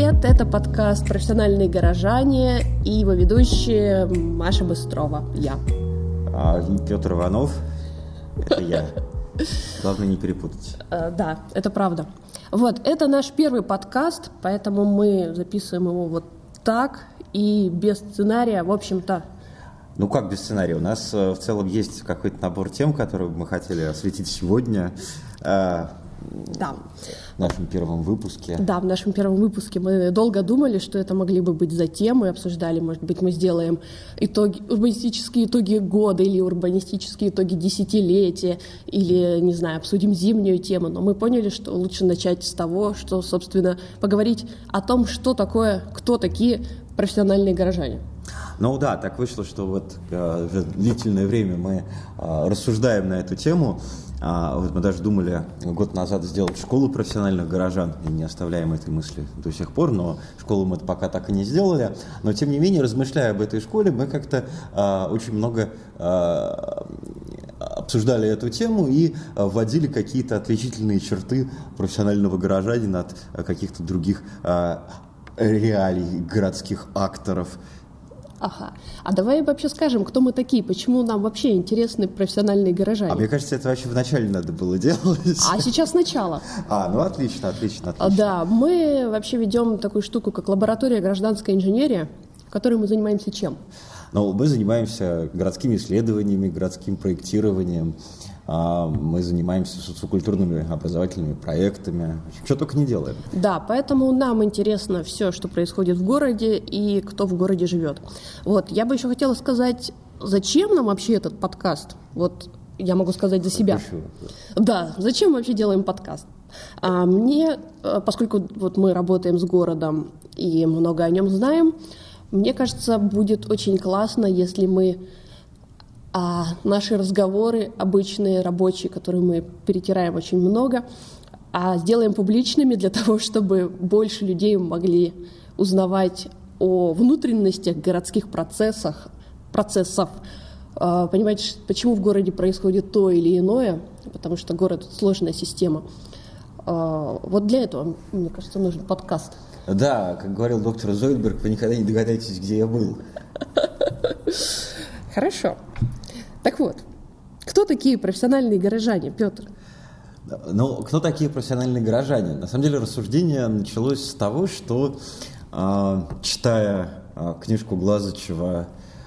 привет! Это подкаст «Профессиональные горожане» и его ведущая Маша Быстрова, я. Петр Иванов, это я. Главное не перепутать. Да, это правда. Вот, это наш первый подкаст, поэтому мы записываем его вот так и без сценария, в общем-то. Ну как без сценария? У нас в целом есть какой-то набор тем, которые мы хотели осветить сегодня. Да. В нашем первом выпуске. Да, в нашем первом выпуске мы долго думали, что это могли бы быть за темы, обсуждали, может быть, мы сделаем урбанистические итоги года или урбанистические итоги десятилетия, или, не знаю, обсудим зимнюю тему, но мы поняли, что лучше начать с того, что, собственно, поговорить о том, что такое, кто такие профессиональные горожане. Ну да, так вышло, что вот уже длительное время мы рассуждаем на эту тему. Вот мы даже думали год назад сделать школу профессиональных горожан, и не оставляем этой мысли до сих пор, но школу мы пока так и не сделали. Но тем не менее, размышляя об этой школе, мы как-то очень много обсуждали эту тему и вводили какие-то отличительные черты профессионального горожанина от каких-то других реалий, городских акторов. Ага. А давай вообще скажем, кто мы такие, почему нам вообще интересны профессиональные горожане? А мне кажется, это вообще вначале надо было делать. А сейчас начало. Ну отлично. Да, мы вообще ведем такую штуку, как лаборатория гражданской инженерии, в которой мы занимаемся чем? Ну, мы занимаемся городскими исследованиями, городским проектированием, мы занимаемся социокультурными образовательными проектами, что только не делаем. Да, поэтому нам интересно все, что происходит в городе и кто в городе живет. Вот, я бы еще хотела сказать, зачем нам вообще этот подкаст? Вот я могу сказать за себя. Да, зачем мы вообще делаем подкаст? Мне, поскольку вот мы работаем с городом и много о нем знаем, мне кажется, будет очень классно, если мы наши разговоры, обычные, рабочие, которые мы перетираем очень много, сделаем публичными для того, чтобы больше людей могли узнавать о внутренностях городских процессов, понимать, почему в городе происходит то или иное, потому что город — сложная система. Вот для этого, мне кажется, нужен подкаст. Да, как говорил доктор Зойдберг, вы никогда не догадаетесь, где я был. Хорошо. Так вот, кто такие профессиональные горожане, Петр? Ну, кто такие профессиональные горожане? На самом деле рассуждение началось с того, что, читая книжку Глазычева,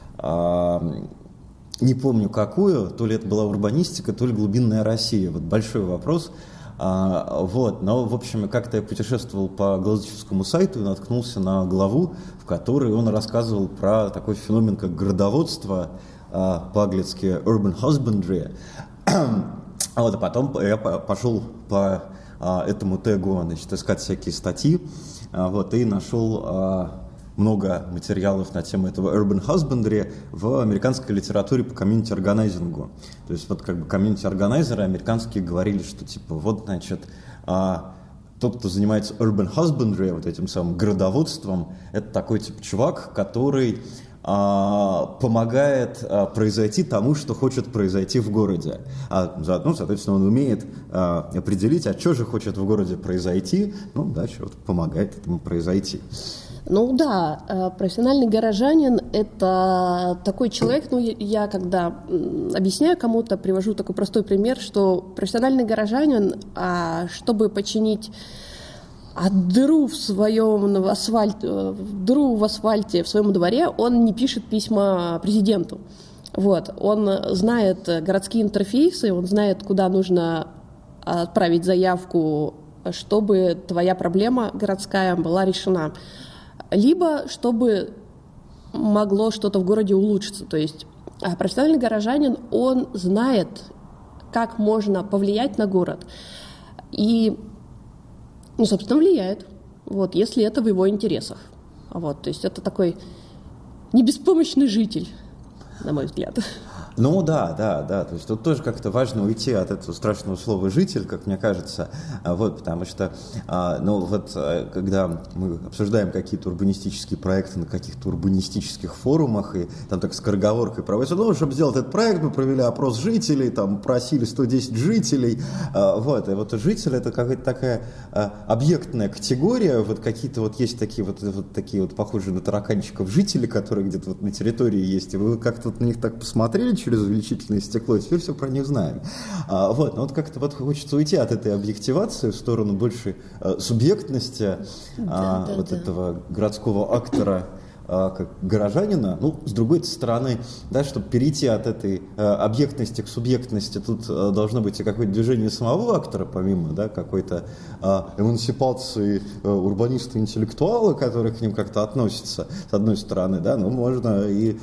не помню какую, то ли это была урбанистика, то ли глубинная Россия. Вот большой вопрос. Но, в общем, как-то я путешествовал по Глазычевскому сайту и наткнулся на главу, в которой он рассказывал про такой феномен, как городоводство, по-английски urban husbandry. А потом я пошел по этому тегу, искать всякие статьи, и нашел много материалов на тему этого urban husbandry в американской литературе по комьюнити-органайзингу. То есть комьюнити-органайзеры американские говорили, что тот, кто занимается urban husbandry, этим самым городоводством, это такой чувак, который помогает произойти тому, что хочет произойти в городе. Заодно, соответственно, он умеет определить, что же хочет в городе произойти, помогает этому произойти. Ну да, профессиональный горожанин — это такой человек, я когда объясняю кому-то, привожу такой простой пример, что профессиональный горожанин, чтобы починить дыру в асфальте в своем дворе, он не пишет письма президенту. Он знает городские интерфейсы, он знает, куда нужно отправить заявку, чтобы твоя проблема городская была решена. Либо чтобы могло что-то в городе улучшиться. То есть профессиональный горожанин, он знает, как можно повлиять на город. И собственно, влияет, если это в его интересах. То есть это такой не беспомощный житель, на мой взгляд. Ну да, то есть тут тоже как-то важно уйти от этого страшного слова «житель», как мне кажется, вот, потому что, когда мы обсуждаем какие-то урбанистические проекты на каких-то урбанистических форумах, и там так скороговоркой проводится, чтобы сделать этот проект, мы провели опрос жителей, там просили 110 жителей, вот, и вот житель — это какая-то такая объектная категория, вот какие-то вот есть такие вот похожие на тараканчиков жители, которые где-то вот на территории есть, и вы как-то вот на них так посмотрели через увеличительное стекло, и теперь все про них знаем. Но вот как-то вот хочется уйти от этой объективации в сторону большей субъектности этого городского актора как горожанина. Ну, с другой стороны, да, чтобы перейти от этой объектности к субъектности, тут должно быть и какое-то движение самого актора, помимо, да, какой-то эмансипации урбаниста-интеллектуала, который к ним как-то относится, с одной стороны, да, но можно и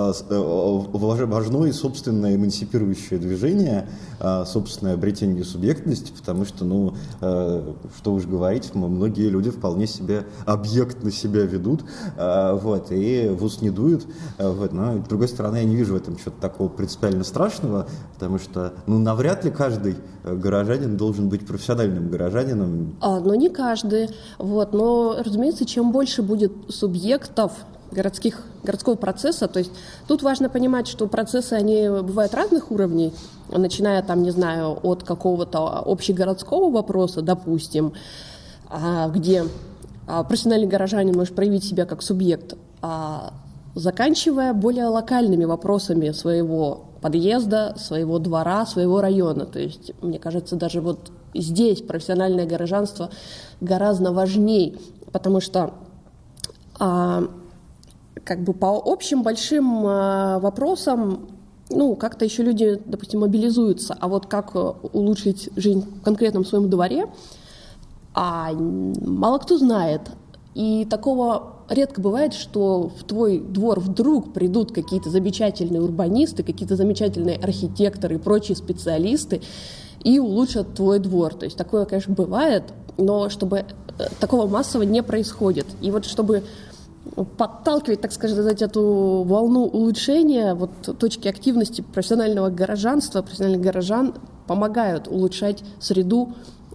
важно и собственное эмансипирующее движение, собственное обретение субъектности, потому что, что уж говорить, многие люди вполне себе объектно себя ведут, и в ус не дуют, но, с другой стороны, я не вижу в этом чего-то такого принципиально страшного, потому что, навряд ли каждый горожанин должен быть профессиональным горожанином. Но не каждый, но, разумеется, чем больше будет субъектов городского процесса, то есть тут важно понимать, что процессы, они бывают разных уровней, начиная, от какого-то общегородского вопроса, допустим, где профессиональный горожанин может проявить себя как субъект, заканчивая более локальными вопросами своего подъезда, своего двора, своего района. То есть, мне кажется, даже вот здесь профессиональное горожанство гораздо важнее, потому что по общим большим вопросам как-то еще люди, допустим, мобилизуются, а вот как улучшить жизнь в конкретном своем дворе, мало кто знает. И такого редко бывает, что в твой двор вдруг придут какие-то замечательные урбанисты, какие-то замечательные архитекторы и прочие специалисты и улучшат твой двор. То есть такое, конечно, бывает, но чтобы такого массово не происходит. И вот чтобы подталкивать, так сказать, эту волну улучшения, точки активности профессионального горожанства, профессиональных горожан помогают улучшать среду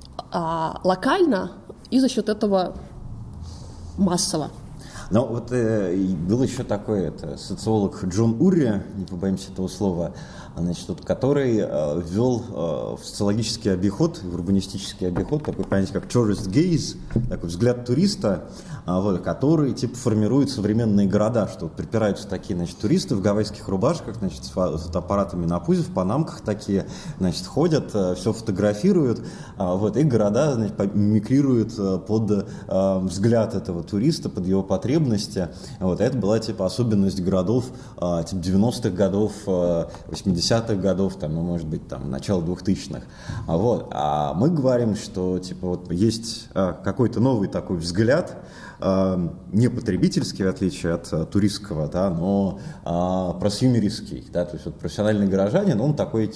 локально и за счет этого массово. Но был еще такой социолог Джон Урри, не побоимся этого слова, который ввел в социологический обиход, в урбанистический обиход такое понятие, как tourist gaze, такой взгляд туриста, который формирует современные города, что припираются такие, туристы в гавайских рубашках, с фотоаппаратами на пузе, в панамках такие, ходят, все фотографируют, и города, мимикрируют под взгляд этого туриста, под его потребности. Это была особенность городов 90-х годов, 80-х годов, может быть, начало 2000-х. А мы говорим, что есть какой-то новый такой взгляд, не потребительский, в отличие от туристского, но просюмеристский. То есть профессиональный горожанин, он такой,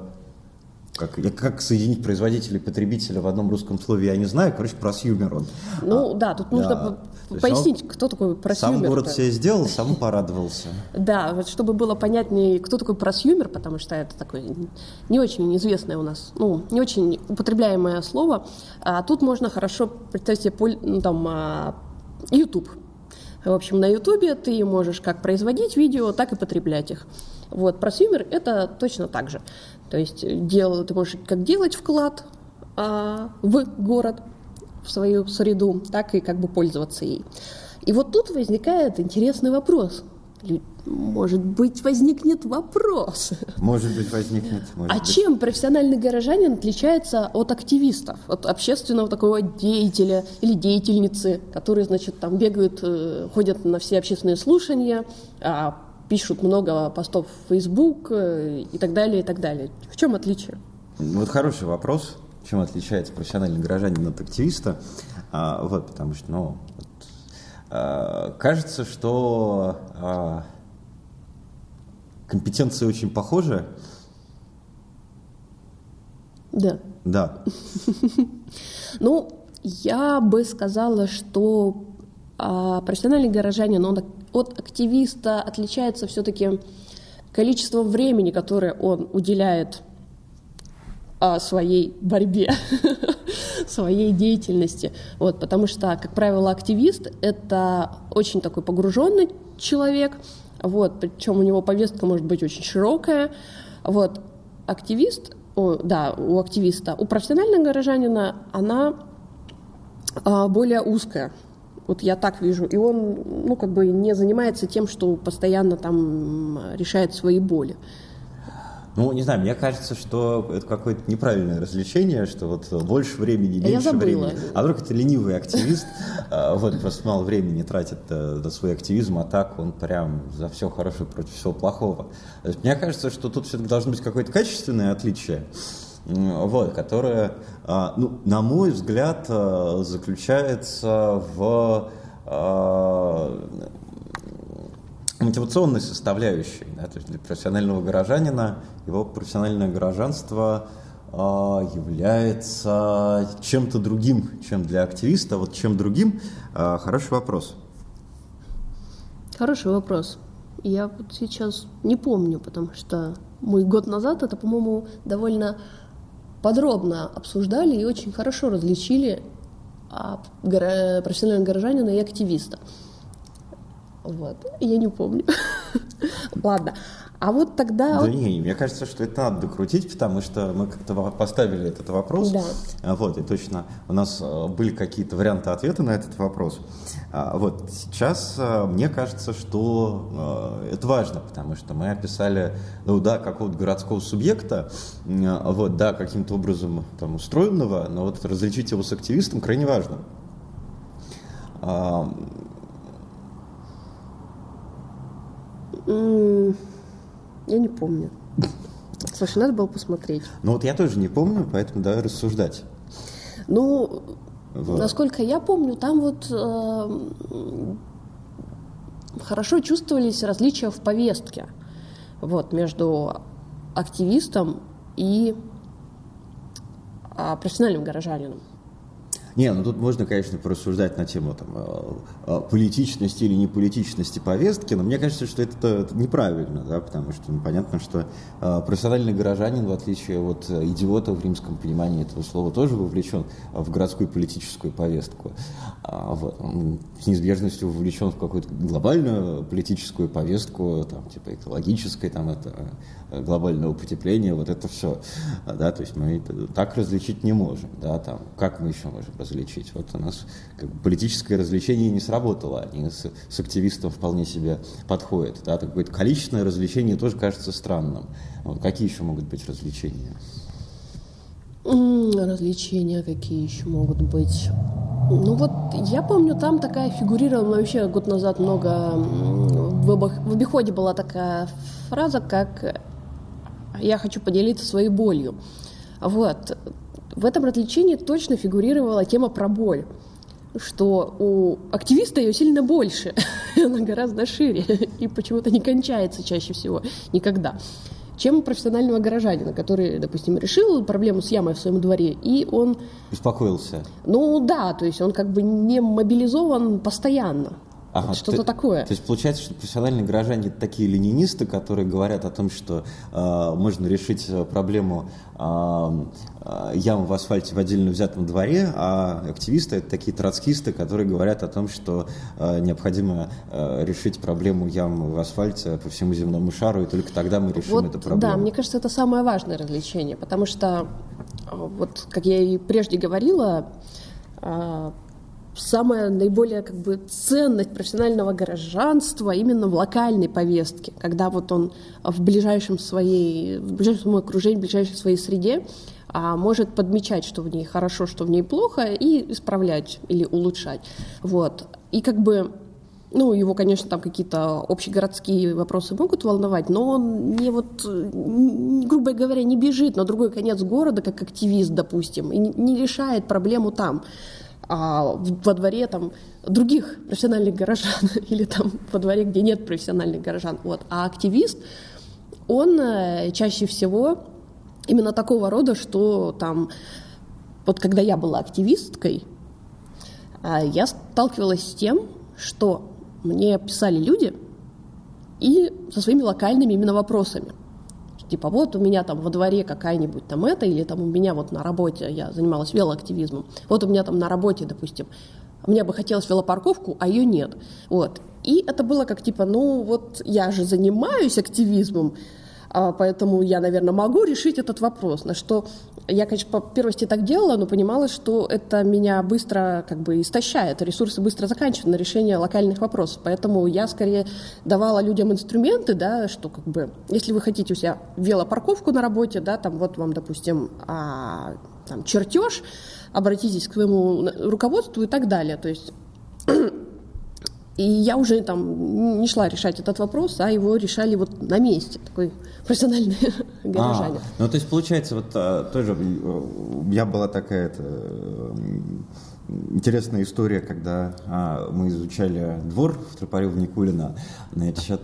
как соединить производителя и потребителя в одном русском слове, я не знаю. Просюмер он. Тут нужно пояснить, кто такой просюмер. Сам город себе сделал, сам порадовался. Да, чтобы было понятнее, кто такой просюмер, потому что это такое не очень известное у нас, не очень употребляемое слово. Тут можно хорошо представить себе YouTube. В общем, на YouTube ты можешь как производить видео, так и потреблять их. Просюмер — это точно так же. То есть ты можешь как делать вклад в город, в свою среду, так и пользоваться ей. И тут возникает интересный вопрос. Может быть, возникнет вопрос. Может быть, возникнет. Чем профессиональный горожанин отличается от активистов, от общественного такого деятеля или деятельницы, которые, бегают, ходят на все общественные слушания, пишут много постов в Facebook и так далее, и так далее. В чем отличие? Хороший вопрос. Чем отличается профессиональный гражданин от активиста? Потому что, кажется, что компетенции очень похожи. Да. Да. Я бы сказала, что профессиональный горожанин, он от активиста отличается все-таки количеством времени, которое он уделяет своей борьбе, своей деятельности. Вот, потому что, как правило, активист — это очень такой погруженный человек, вот, причем у него повестка может быть очень широкая. Вот, у активиста, у профессионального горожанина она более узкая. Вот я так вижу. И он, не занимается тем, что постоянно там решает свои боли. Ну, не знаю, мне кажется, что это какое-то неправильное развлечение, что вот больше времени, меньше времени. А вдруг это ленивый активист, просто мало времени тратит на свой активизм, а так он прям за все хорошее против всего плохого. Мне кажется, что тут все-таки должно быть какое-то качественное отличие, которое, на мой взгляд, заключается в мотивационной составляющей. Да, то есть для профессионального горожанина его профессиональное гражданство является чем-то другим, чем для активиста. Вот чем другим? Хороший вопрос. Хороший вопрос. Я вот сейчас не помню, потому что мы год назад это, по-моему, довольно подробно обсуждали и очень хорошо различили профессионального горожанина и активиста. Вот, я не помню. Ладно. А вот тогда... Да не, мне кажется, что это надо докрутить, потому что мы как-то поставили этот вопрос. Да. И точно у нас были какие-то варианты ответа на этот вопрос. Сейчас мне кажется, что это важно, потому что мы описали, какого-то городского субъекта, каким-то образом там устроенного, но вот различить его с активистом крайне важно. Я не помню. Слушай, надо было посмотреть. Я тоже не помню, поэтому давай рассуждать. Насколько я помню, там хорошо чувствовались различия в повестке между активистом и профессиональным горожанином. Тут можно, конечно, порассуждать на тему политичности или неполитичности повестки, но мне кажется, что это неправильно, да, потому что понятно, что профессиональный горожанин, в отличие от идиота в римском понимании этого слова, тоже вовлечен в городскую политическую повестку. Он с неизбежностью вовлечен в какую-то глобальную политическую повестку, экологическое, глобальное потепление, это все. Да, то есть мы так различить не можем. Да, как мы еще можем различить? У нас политическое развлечение не сработало, они с активистом вполне себе подходят. Да, какое-то количественное развлечение тоже кажется странным. Какие еще могут быть развлечения? Развлечения какие еще могут быть? Я помню, там такая фигурировала, вообще год назад много в обиходе была такая фраза, как «я хочу поделиться своей болью». В этом развлечении точно фигурировала тема про боль, что у активиста ее сильно больше, она гораздо шире и почему-то не кончается чаще всего никогда, чем у профессионального горожанина, который, допустим, решил проблему с ямой в своем дворе, и он... Успокоился. То есть он не мобилизован постоянно. Что-то такое. То есть получается, что профессиональные горожане — это такие ленинисты, которые говорят о том, что можно решить проблему ям в асфальте в отдельно взятом дворе, а активисты — это такие троцкисты, которые говорят о том, что необходимо решить проблему ям в асфальте по всему земному шару, и только тогда мы решим эту проблему. Да, мне кажется, это самое важное развлечение, потому что, как я и прежде говорила, самая наиболее ценность профессионального гражданства именно в локальной повестке, когда он в ближайшем своем окружении, в ближайшей своей среде может подмечать, что в ней хорошо, что в ней плохо, и исправлять или улучшать. И его, конечно, там какие-то общегородские вопросы могут волновать, но он грубо говоря, не бежит на другой конец города, как активист, допустим, и не решает проблему там, во дворе других профессиональных горожан или во дворе, где нет профессиональных горожан. А активист, он чаще всего именно такого рода, что когда я была активисткой, я сталкивалась с тем, что мне писали люди, и со своими локальными именно вопросами. Типа вот у меня там во дворе какая-нибудь там это, или там у меня вот на работе, я занималась велоактивизмом, вот у меня там на работе, допустим, мне бы хотелось велопарковку, а ее нет. Вот. И это было как типа, ну вот я же занимаюсь активизмом, поэтому я, наверное, могу решить этот вопрос. На что я, конечно, по первости так делала, но понимала, что это меня быстро как бы истощает, ресурсы быстро заканчиваются на решение локальных вопросов. Поэтому я скорее давала людям инструменты, да, что как бы, если вы хотите у себя велопарковку на работе, да, там вот вам, допустим, там, чертеж, обратитесь к своему руководству и так далее. То есть и я уже там не шла решать этот вопрос, а его решали вот на месте, такой профессиональный горожане. Ну, то есть, получается, вот тоже у меня была такая интересная история, когда мы изучали двор в Тропареве Никулина. Значит,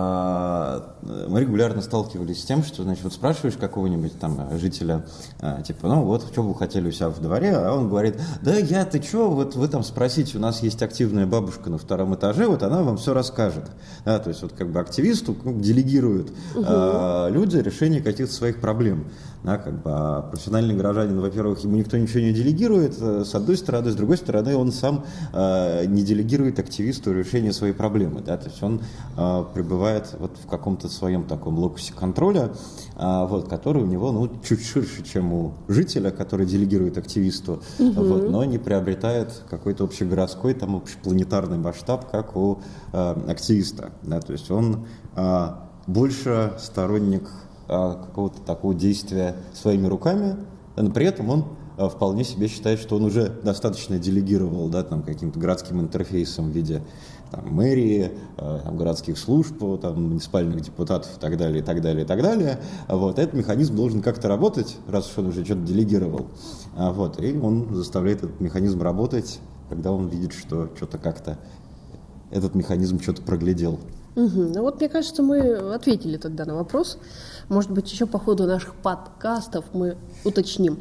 мы регулярно сталкивались с тем, что, значит, вот спрашиваешь какого-нибудь там жителя, типа, ну вот, что бы вы хотели у себя в дворе, а он говорит, да ты чё, вот вы там спросите, у нас есть активная бабушка на 2-м этаже, вот она вам все расскажет. Да, то есть вот как бы активисту делегируют люди решение каких-то своих проблем. Да, как бы, а профессиональный гражданин, во-первых, ему никто ничего не делегирует, с одной стороны, с другой стороны, он сам не делегирует активисту решение своей проблемы. Да, то есть он пребывает вот в каком-то своем таком локусе контроля, вот, который у него чуть ширше, чем у жителя, который делегирует активисту, вот, но не приобретает какой-то общегородской, там, общепланетарный масштаб, как у активиста. Да, то есть он больше сторонник какого-то такого действия своими руками, но при этом он вполне себе считает, что он уже достаточно делегировал, да, там, каким-то городским интерфейсом в виде там, мэрии, там, городских служб, там, муниципальных депутатов и так далее, и так далее, и так далее. Вот. Этот механизм должен как-то работать, раз уж он уже что-то делегировал. Вот. И он заставляет этот механизм работать, когда он видит, что что-то как-то этот механизм что-то проглядел. Ну вот, мне кажется, мы ответили тогда на вопрос. Может быть, еще по ходу наших подкастов мы уточним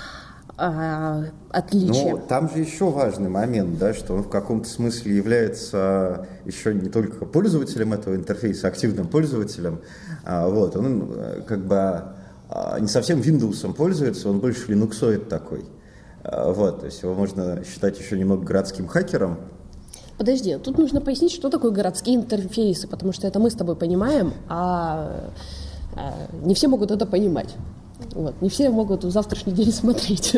отличия. Ну, там же еще важный момент, да, что он в каком-то смысле является еще не только пользователем этого интерфейса, активным пользователем, вот, он как бы не совсем Windows пользуется, он больше линуксоид такой. Вот, то есть его можно считать еще немного городским хакером. Подожди, тут нужно пояснить, что такое городские интерфейсы, потому что это мы с тобой понимаем, а не все могут это понимать. Вот. Не все могут в завтрашний день смотреть.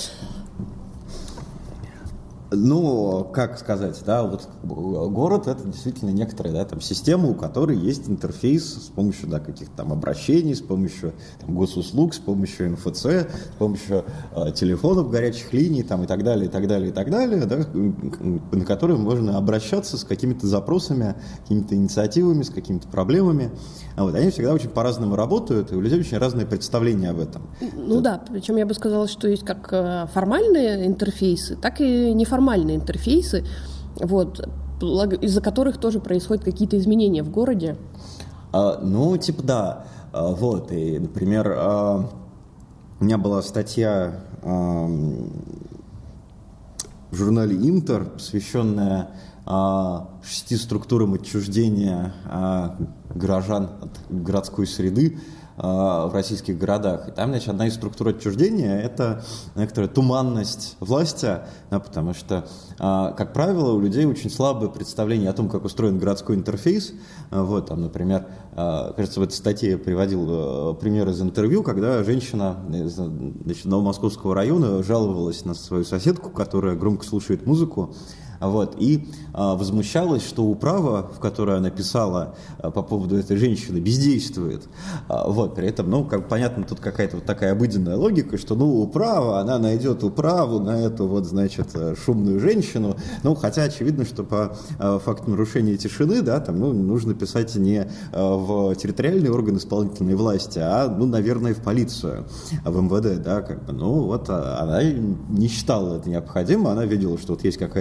Ну, как сказать, да, вот город — это действительно некоторая, да, там, система, у которой есть интерфейс с помощью, да, каких-то там обращений, с помощью там, госуслуг, с помощью МФЦ, с помощью телефонов, горячих линий, там, и так далее, и так далее, и так далее, да, на которые можно обращаться с какими-то запросами, какими-то инициативами, с какими-то проблемами. Вот. Они всегда очень по-разному работают, и у людей очень разные представления об этом. Ну да, причем я бы сказала, что есть как формальные интерфейсы, так и неформальные интерфейсы, вот, из-за которых тоже происходят какие-то изменения в городе. Ну, типа да. Вот, и, например, у меня была статья в журнале «Интер», посвященная 6 структурам отчуждения горожан от городской среды в российских городах. И там, значит, одна из структур отчуждения – это некоторая туманность власти, да, потому что, как правило, у людей очень слабое представление о том, как устроен городской интерфейс. Вот, там, например, кажется, в этой статье я приводил пример из интервью, когда женщина из, значит, Новомосковского района жаловалась на свою соседку, которая громко слушает музыку, вот, и возмущалась, что управа, в которой она писала по поводу этой женщины, бездействует. Вот, при этом, ну, как понятно, тут какая-то вот такая обыденная логика, что, ну, управа, она найдет управу на эту вот, значит, шумную женщину. Ну, хотя очевидно, что по факту нарушения тишины, да, там, ну, нужно писать не в территориальный орган исполнительной власти, а, ну, наверное, в полицию, в МВД, да, как бы. Ну, вот она не считала это необходимо, она видела, что вот есть какая-то властная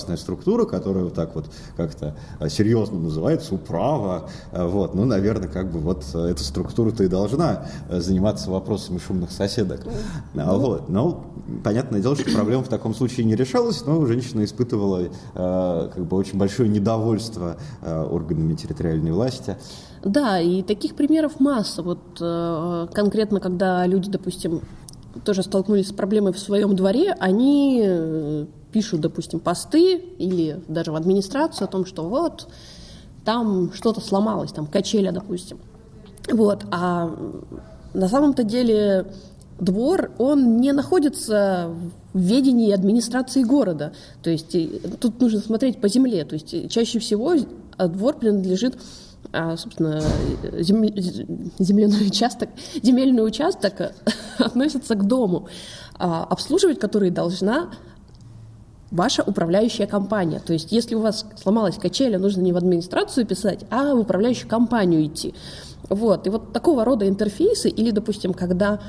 классная структура, которая вот так вот как-то серьезно называется управа. Вот. Ну, наверное, как бы вот эта структура-то и должна заниматься вопросами шумных соседок. Вот. Но понятное дело, что проблема в таком случае не решалась, но женщина испытывала как бы очень большое недовольство органами территориальной власти. Да, и таких примеров масса. Вот конкретно, когда люди, допустим, тоже столкнулись с проблемой в своем дворе, они пишут, допустим, посты или даже в администрацию о том, что вот там что-то сломалось, там качеля, допустим. Вот. А на самом-то деле двор, он не находится в ведении администрации города. То есть тут нужно смотреть по земле. То есть чаще всего двор принадлежит, собственно, земельный участок относится к дому, обслуживать который должна ваша управляющая компания. То есть если у вас сломалась качеля, нужно не в администрацию писать, а в управляющую компанию идти. Вот. И вот такого рода интерфейсы, или, допустим, когда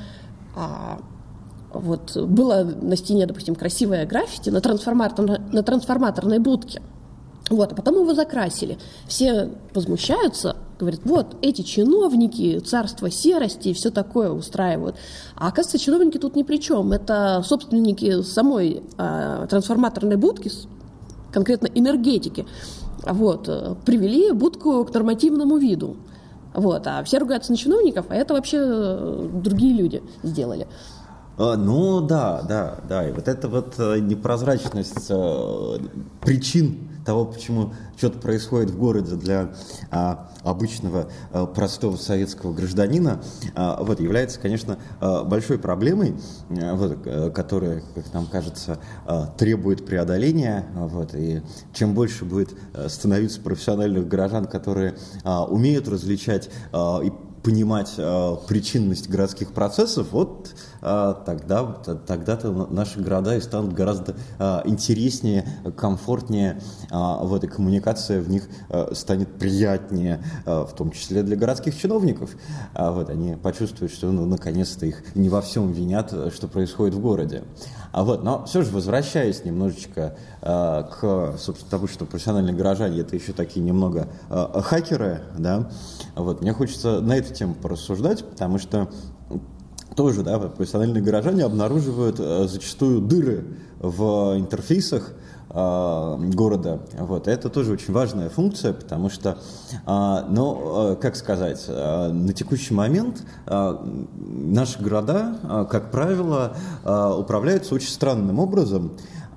вот было на стене, допустим, красивое граффити на трансформаторной будке, вот, а потом его закрасили. Все возмущаются, говорят, вот, эти чиновники, царство серости и все такое устраивают. А оказывается, чиновники тут ни при чем. Это собственники самой трансформаторной будки, конкретно энергетики, вот, привели будку к нормативному виду. Вот, а все ругаются на чиновников, а это вообще другие люди сделали. Ну, да. И вот эта вот непрозрачность причин того, почему что-то происходит в городе для обычного простого советского гражданина, вот, является, конечно, большой проблемой, вот, которая, как нам кажется, требует преодоления. Вот, и чем больше будет становиться профессиональных горожан, которые умеют различать и понимать причинность городских процессов, вот тогда-то наши города и станут гораздо интереснее, комфортнее, вот, и коммуникация в них станет приятнее, в том числе для городских чиновников. Вот, они почувствуют, что наконец-то их не во всем винят, что происходит в городе. Вот, но все же, возвращаясь немножечко к, собственно, тому, что профессиональные горожане — это еще такие немного хакеры, да, вот, мне хочется на эту тему порассуждать, потому что тоже, да, профессиональные горожане обнаруживают зачастую дыры в интерфейсах города. Вот. Это тоже очень важная функция, потому что, как сказать, на текущий момент наши города, как правило, управляются очень странным образом,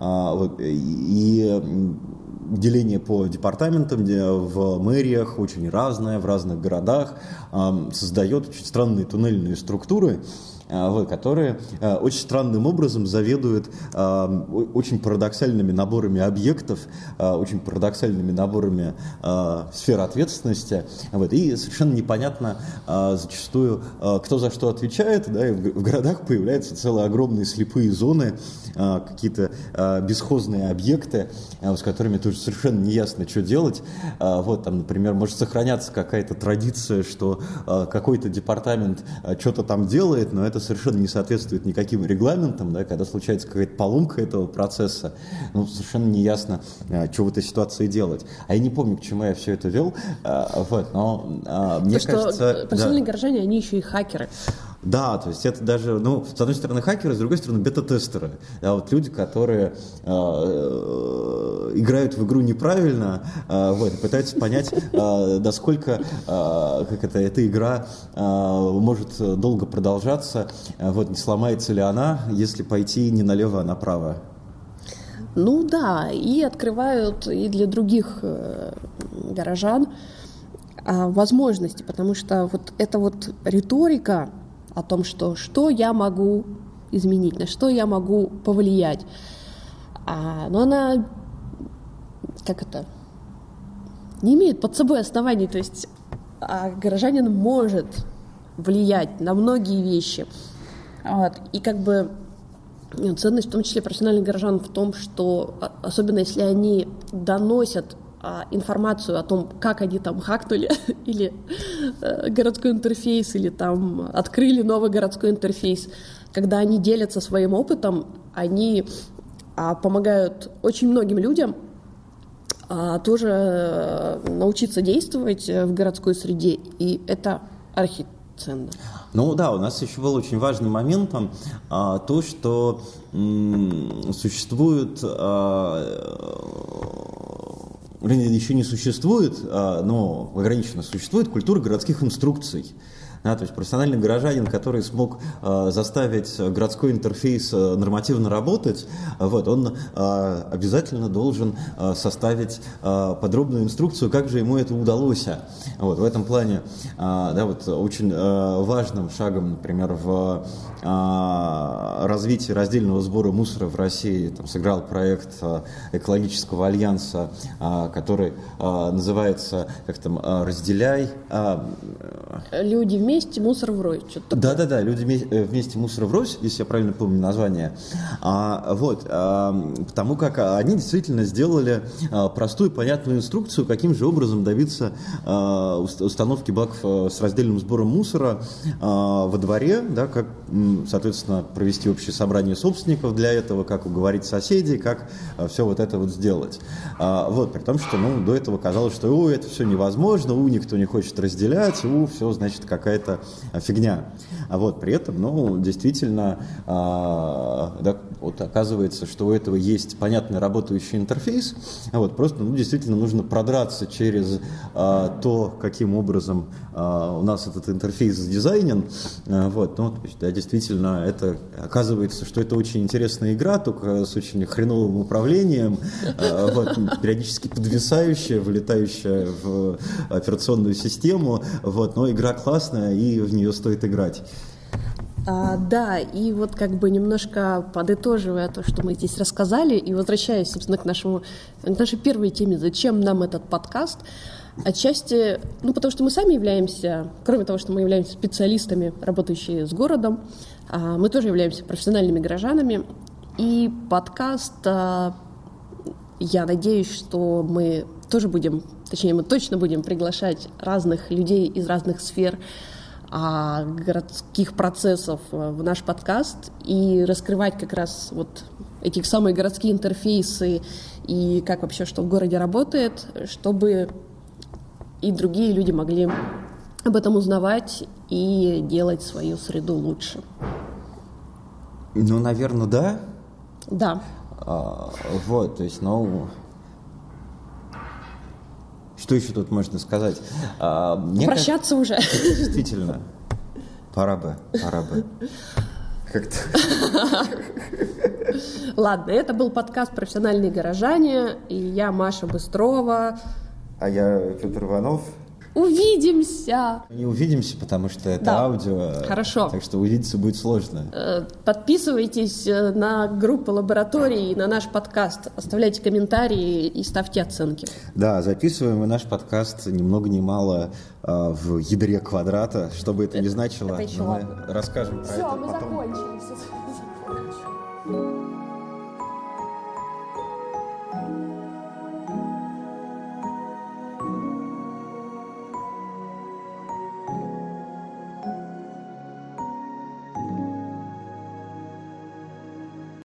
и деление по департаментам в мэриях очень разное, в разных городах, создает очень странные туннельные структуры, вот, которые очень странным образом заведуют очень парадоксальными наборами объектов, очень парадоксальными наборами сфер ответственности. Вот, и совершенно непонятно зачастую, кто за что отвечает. Да, и в городах появляются целые огромные слепые зоны, какие-то бесхозные объекты, с которыми тоже совершенно неясно, что делать. Вот, там, например, может сохраняться какая-то традиция, что какой-то департамент что-то там делает, но это совершенно не соответствует никаким регламентам, да, когда случается какая-то поломка этого процесса, совершенно неясно, что в этой ситуации делать. А я не помню, к чему я все это вел, вот, но мне кажется... Что профессиональные горожане, они еще и хакеры. Да, то есть это даже, с одной стороны хакеры, с другой стороны бета-тестеры. Да, вот люди, которые играют в игру неправильно, вот, и пытаются понять, насколько эта игра может долго продолжаться, вот, не сломается ли она, если пойти не налево, а направо. Ну да, и открывают и для других горожан возможности, потому что вот эта вот риторика о том, что я могу изменить, на что я могу повлиять. Но она, не имеет под собой оснований, то есть горожанин может влиять на многие вещи. Вот. И ценность, в том числе профессиональных горожан, в том, что, особенно если они доносят информацию о том, как они там хакнули или городской интерфейс, или там открыли новый городской интерфейс, когда они делятся своим опытом, они помогают очень многим людям тоже научиться действовать в городской среде, и это архиценно. Ну да, у нас еще был очень важным моментом то, что существует, еще не существует, но ограниченно существует культура городских инструкций. Да, то есть профессиональный горожанин, который смог заставить городской интерфейс нормативно работать, вот, он обязательно должен составить подробную инструкцию, как же ему это удалось. Вот, в этом плане да, вот, очень важным шагом, например, в развитии раздельного сбора мусора в России там, сыграл проект экологического альянса, который называется как там, «Разделяй». Люди вместе, мусор врозь. Да-да-да, люди вместе, мусор врозь, если я правильно помню название. Потому как они действительно сделали простую, понятную инструкцию, каким же образом добиться установки баков с раздельным сбором мусора во дворе, да, как, соответственно, провести общее собрание собственников для этого, как уговорить соседей, как все вот это вот сделать. Вот, при том, что до этого казалось, что это все невозможно, никто не хочет разделять, все, значит, какая-то фигня. Вот, при этом, действительно, да, вот оказывается, что у этого есть понятный работающий интерфейс, вот, просто, действительно нужно продраться через то, каким образом у нас этот интерфейс задизайнен, вот, да, действительно, это оказывается, что это очень интересная игра, только с очень хреновым управлением, вот, периодически подвисающая, вылетающая в операционную систему, вот, но игра классная, и в нее стоит играть. Да, и вот как бы немножко подытоживая то, что мы здесь рассказали, и возвращаясь, собственно, к нашей первой теме, зачем нам этот подкаст, отчасти, потому что мы сами являемся, кроме того, что мы являемся специалистами, работающими с городом, мы тоже являемся профессиональными горожанами, и подкаст, я надеюсь, что мы тоже будем, точнее, мы точно будем приглашать разных людей из разных сфер городских процессов в наш подкаст и раскрывать как раз вот эти самые городские интерфейсы и как вообще что в городе работает, чтобы и другие люди могли об этом узнавать и делать свою среду лучше. Наверное, да. Да. Вот, то есть, что еще тут можно сказать? Прощаться уже. Действительно. Пора бы. Как-то. Ладно, это был подкаст «Профессиональные горожане», и я Маша Быстрова. А я Петр Иванов. Увидимся! Не увидимся, потому что это аудио. Хорошо. Так что увидеться будет сложно. Подписывайтесь на группу лаборатории и на наш подкаст. Оставляйте комментарии и ставьте оценки. Да, записываем мы наш подкаст ни много ни мало в ядре квадрата. Что бы это ни значило, это еще мы ладно. расскажем про это Все, мы потом. закончили.